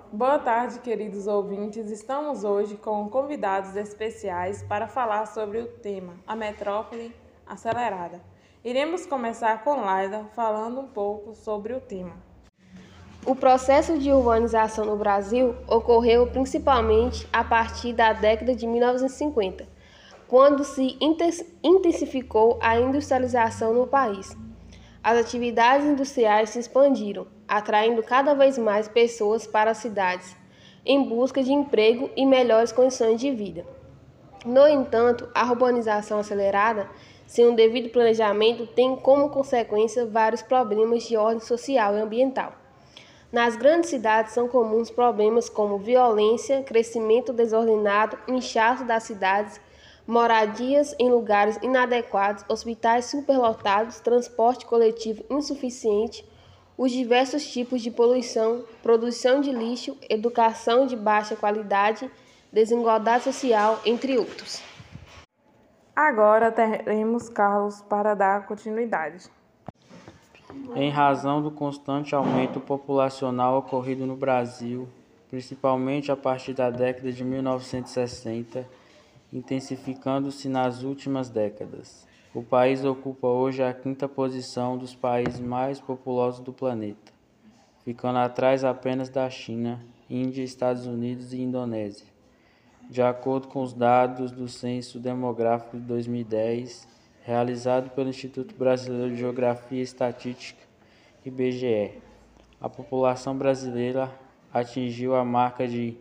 Boa tarde, queridos ouvintes. Estamos hoje com convidados especiais para falar sobre o tema A Metrópole Acelerada. Iremos começar com Laila falando um pouco sobre o tema. O processo de urbanização no Brasil ocorreu principalmente a partir da década de 1950, quando se intensificou a industrialização no país. As atividades industriais se expandiram, atraindo cada vez mais pessoas para as cidades, em busca de emprego e melhores condições de vida. No entanto, a urbanização acelerada, sem um devido planejamento, tem como consequência vários problemas de ordem social e ambiental. Nas grandes cidades são comuns problemas como violência, crescimento desordenado, inchaço das cidades, moradias em lugares inadequados, hospitais superlotados, transporte coletivo insuficiente, os diversos tipos de poluição, produção de lixo, educação de baixa qualidade, desigualdade social, entre outros. Agora teremos Carlos para dar continuidade. Em razão do constante aumento populacional ocorrido no Brasil, principalmente a partir da década de 1960, intensificando-se nas últimas décadas. O país ocupa hoje a quinta posição dos países mais populosos do planeta, ficando atrás apenas da China, Índia, Estados Unidos e Indonésia. De acordo com os dados do Censo Demográfico de 2010, realizado pelo Instituto Brasileiro de Geografia e Estatística, IBGE, a população brasileira atingiu a marca de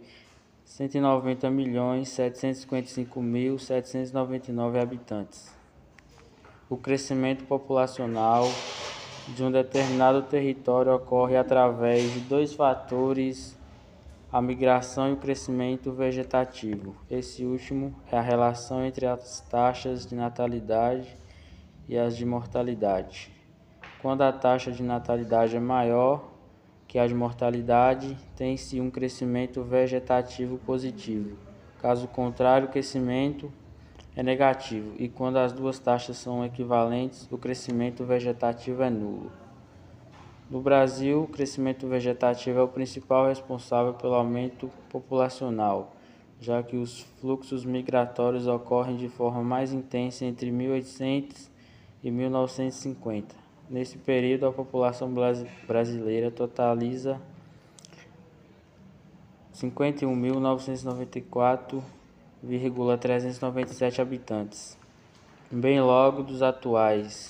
190.755.799 habitantes. O crescimento populacional de um determinado território ocorre através de dois fatores: a migração e o crescimento vegetativo. Esse último é a relação entre as taxas de natalidade e as de mortalidade. Quando a taxa de natalidade é maior que a de mortalidade, tem-se um crescimento vegetativo positivo. Caso contrário, o crescimento é negativo, e quando as duas taxas são equivalentes, o crescimento vegetativo é nulo. No Brasil, o crescimento vegetativo é o principal responsável pelo aumento populacional, já que os fluxos migratórios ocorrem de forma mais intensa entre 1800 e 1950. Nesse período, a população brasileira totaliza 51.994,397 habitantes, bem logo dos atuais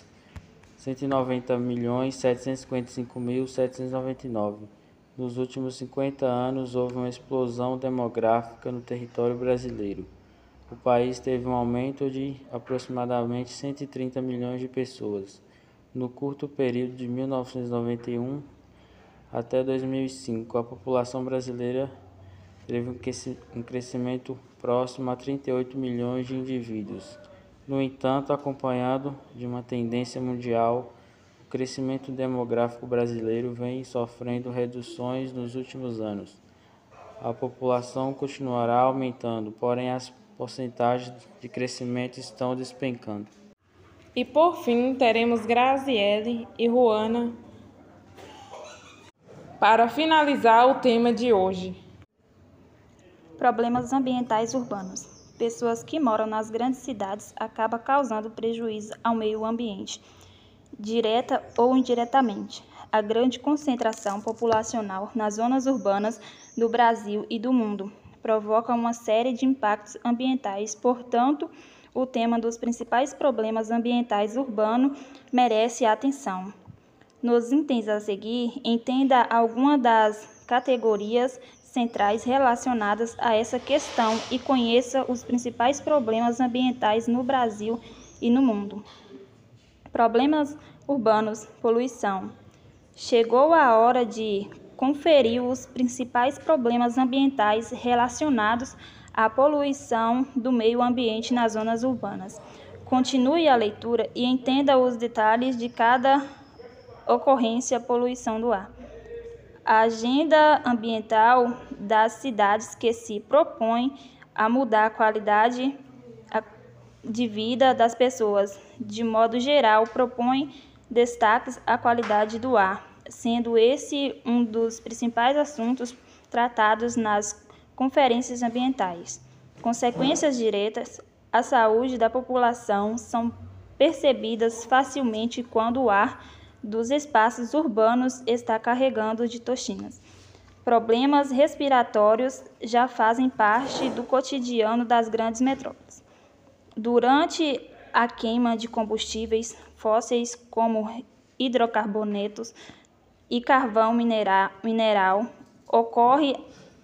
190.755.799. Nos últimos 50 anos, houve uma explosão demográfica no território brasileiro. O país teve um aumento de aproximadamente 130 milhões de pessoas. No curto período de 1991 até 2005, a população brasileira teve um crescimento próximo a 38 milhões de indivíduos. No entanto, acompanhado de uma tendência mundial, o crescimento demográfico brasileiro vem sofrendo reduções nos últimos anos. A população continuará aumentando, porém as porcentagens de crescimento estão despencando. E por fim, teremos Graziele e Ruana para finalizar o tema de hoje. Problemas ambientais urbanos. Pessoas que moram nas grandes cidades acabam causando prejuízo ao meio ambiente, direta ou indiretamente. A grande concentração populacional nas zonas urbanas do Brasil e do mundo provoca uma série de impactos ambientais. Portanto, o tema dos principais problemas ambientais urbanos merece atenção. Nos itens a seguir, entenda alguma das categorias centrais relacionadas a essa questão e conheça os principais problemas ambientais no Brasil e no mundo. Problemas urbanos, poluição. Chegou a hora de conferir os principais problemas ambientais relacionados à poluição do meio ambiente nas zonas urbanas. Continue a leitura e entenda os detalhes de cada ocorrência poluição do ar. A agenda ambiental das cidades que se propõe a mudar a qualidade de vida das pessoas. De modo geral, propõe destaques à qualidade do ar, sendo esse um dos principais assuntos tratados nas conferências ambientais. Consequências diretas à saúde da população são percebidas facilmente quando o ar dos espaços urbanos está carregando de toxinas. Problemas respiratórios já fazem parte do cotidiano das grandes metrópoles. Durante a queima de combustíveis fósseis como hidrocarbonetos e carvão mineral, ocorre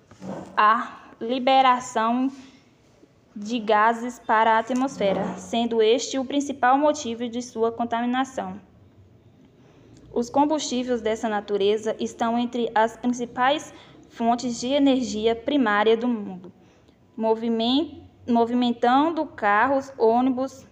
a liberação de gases para a atmosfera, sendo este o principal motivo de sua contaminação. Os combustíveis dessa natureza estão entre as principais fontes de energia primária do mundo, movimentando carros, ônibus,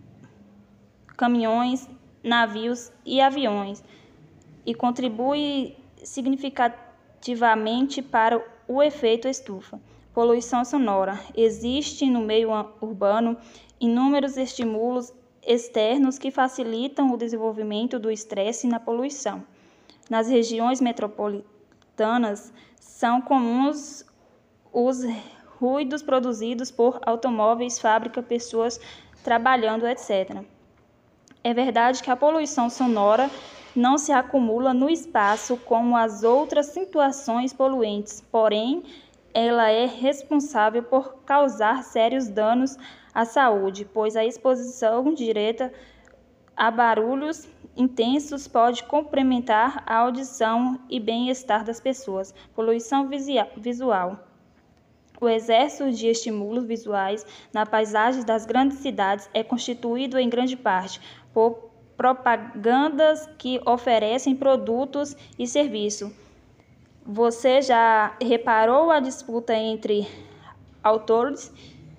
caminhões, navios e aviões, e contribui significativamente para o efeito estufa. Poluição sonora. Existe no meio urbano inúmeros estímulos externos que facilitam o desenvolvimento do estresse na poluição. Nas regiões metropolitanas, são comuns os ruídos produzidos por automóveis, fábrica, pessoas trabalhando, etc. É verdade que a poluição sonora não se acumula no espaço como as outras situações poluentes, porém, ela é responsável por causar sérios danos à saúde, pois a exposição direta a barulhos intensos pode comprometer a audição e bem-estar das pessoas. Poluição visual. O excesso de estímulos visuais na paisagem das grandes cidades é constituído em grande parte por propagandas que oferecem produtos e serviços. Você já reparou a disputa entre autores,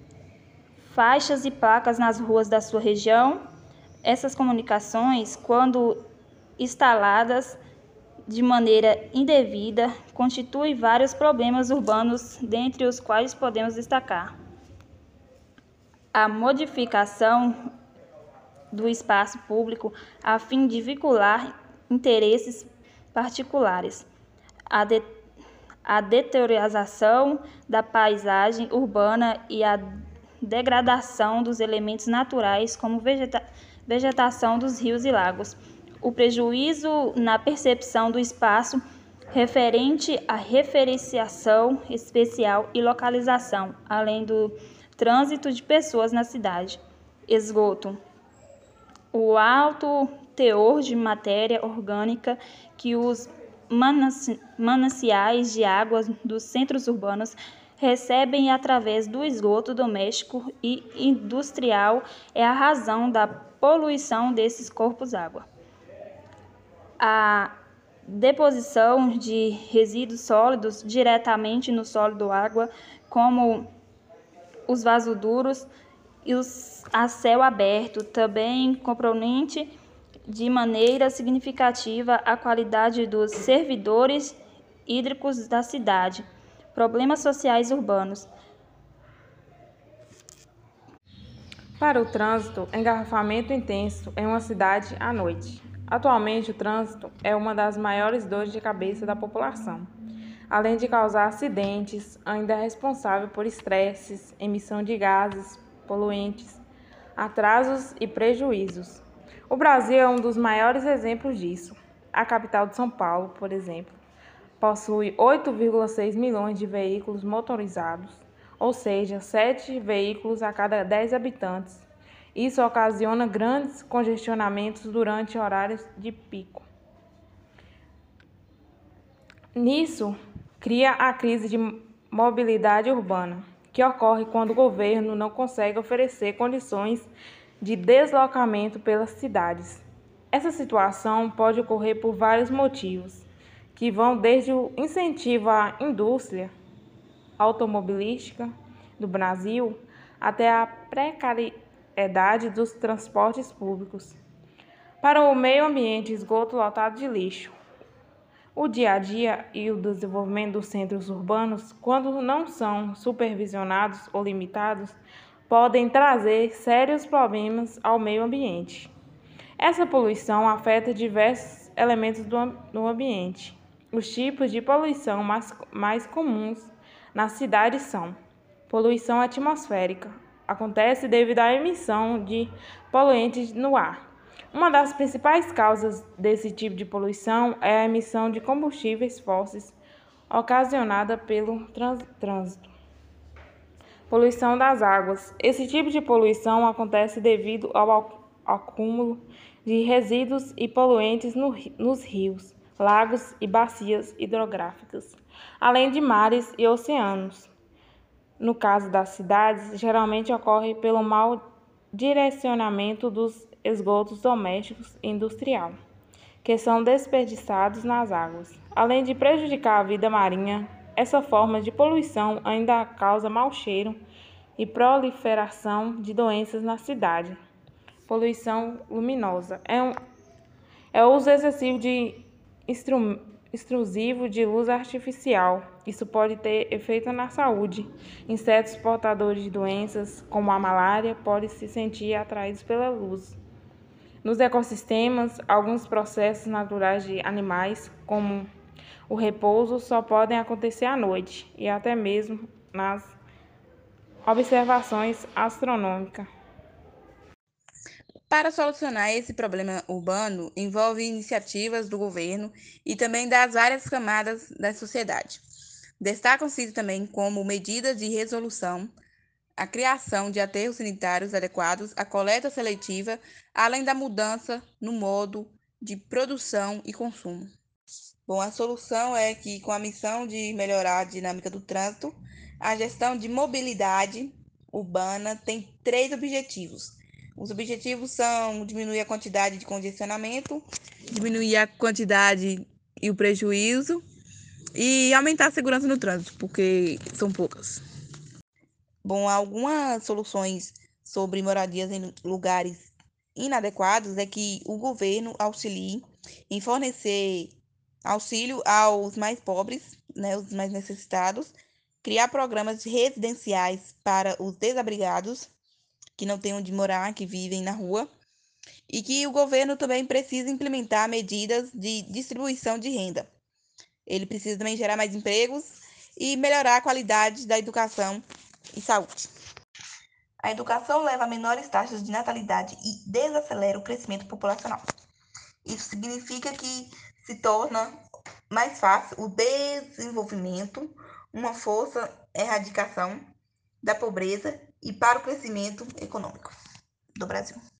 faixas e placas nas ruas da sua região? Essas comunicações, quando instaladas de maneira indevida, constituem vários problemas urbanos, dentre os quais podemos destacar a modificação do espaço público a fim de vincular interesses particulares, a deterioração da paisagem urbana e a degradação dos elementos naturais, como vegetação dos rios e lagos, o prejuízo na percepção do espaço referente à referenciação especial e localização, além do trânsito de pessoas na cidade. Esgoto. O alto teor de matéria orgânica que os mananciais de água dos centros urbanos recebem através do esgoto doméstico e industrial é a razão da poluição desses corpos d'água. A deposição de resíduos sólidos diretamente no sólido água, como os vasodutos e os a céu aberto, também compromete de maneira significativa a qualidade dos servidores hídricos da cidade. Problemas sociais urbanos. Para o trânsito, engarrafamento intenso em uma cidade à noite. Atualmente, o trânsito é uma das maiores dores de cabeça da população. Além de causar acidentes, ainda é responsável por estresses, emissão de gases poluentes, atrasos e prejuízos. O Brasil é um dos maiores exemplos disso. A capital de São Paulo, por exemplo, possui 8,6 milhões de veículos motorizados, ou seja, 7 veículos a cada 10 habitantes. Isso ocasiona grandes congestionamentos durante horários de pico. Nisso, cria a crise de mobilidade urbana, que ocorre quando o governo não consegue oferecer condições de deslocamento pelas cidades. Essa situação pode ocorrer por vários motivos, que vão desde o incentivo à indústria automobilística do Brasil até a precariedade dos transportes públicos. Para o meio ambiente, esgoto lotado de lixo. O dia a dia e o desenvolvimento dos centros urbanos, quando não são supervisionados ou limitados, podem trazer sérios problemas ao meio ambiente. Essa poluição afeta diversos elementos do ambiente, Os tipos de poluição mais comuns na cidade são: poluição atmosférica. Acontece devido à emissão de poluentes no ar. Uma das principais causas desse tipo de poluição é a emissão de combustíveis fósseis ocasionada pelo trânsito. Poluição das águas. Esse tipo de poluição acontece devido ao acúmulo de resíduos e poluentes nos rios, lagos e bacias hidrográficas, além de mares e oceanos. No caso das cidades, geralmente ocorre pelo mau direcionamento dos esgotos domésticos e industrial, que são desperdiçados nas águas. Além de prejudicar a vida marinha, essa forma de poluição ainda causa mau cheiro e proliferação de doenças na cidade. Poluição luminosa é o uso excessivo de extrusivo de luz artificial. Isso pode ter efeito na saúde. Insetos portadores de doenças, como a malária, podem se sentir atraídos pela luz. Nos ecossistemas, alguns processos naturais de animais, como o repouso, só podem acontecer à noite e até mesmo nas observações astronômicas. Para solucionar esse problema urbano, envolve iniciativas do governo e também das várias camadas da sociedade. Destacam-se também como medidas de resolução, a criação de aterros sanitários adequados, a coleta seletiva, além da mudança no modo de produção e consumo. Bom, a solução é que, com a missão de melhorar a dinâmica do trânsito, a gestão de mobilidade urbana tem 3 objetivos. Os objetivos são diminuir a quantidade de congestionamento, diminuir a quantidade e o prejuízo e aumentar a segurança no trânsito, porque são poucas. Bom, algumas soluções sobre moradias em lugares inadequados é que o governo auxilie em fornecer auxílio aos mais pobres, né, os mais necessitados, criar programas residenciais para os desabrigados, que não têm onde morar, que vivem na rua, e que o governo também precisa implementar medidas de distribuição de renda. Ele precisa também gerar mais empregos e melhorar a qualidade da educação e saúde. A educação leva a menores taxas de natalidade e desacelera o crescimento populacional. Isso significa que se torna mais fácil o desenvolvimento, uma força erradicação da pobreza e para o crescimento econômico do Brasil.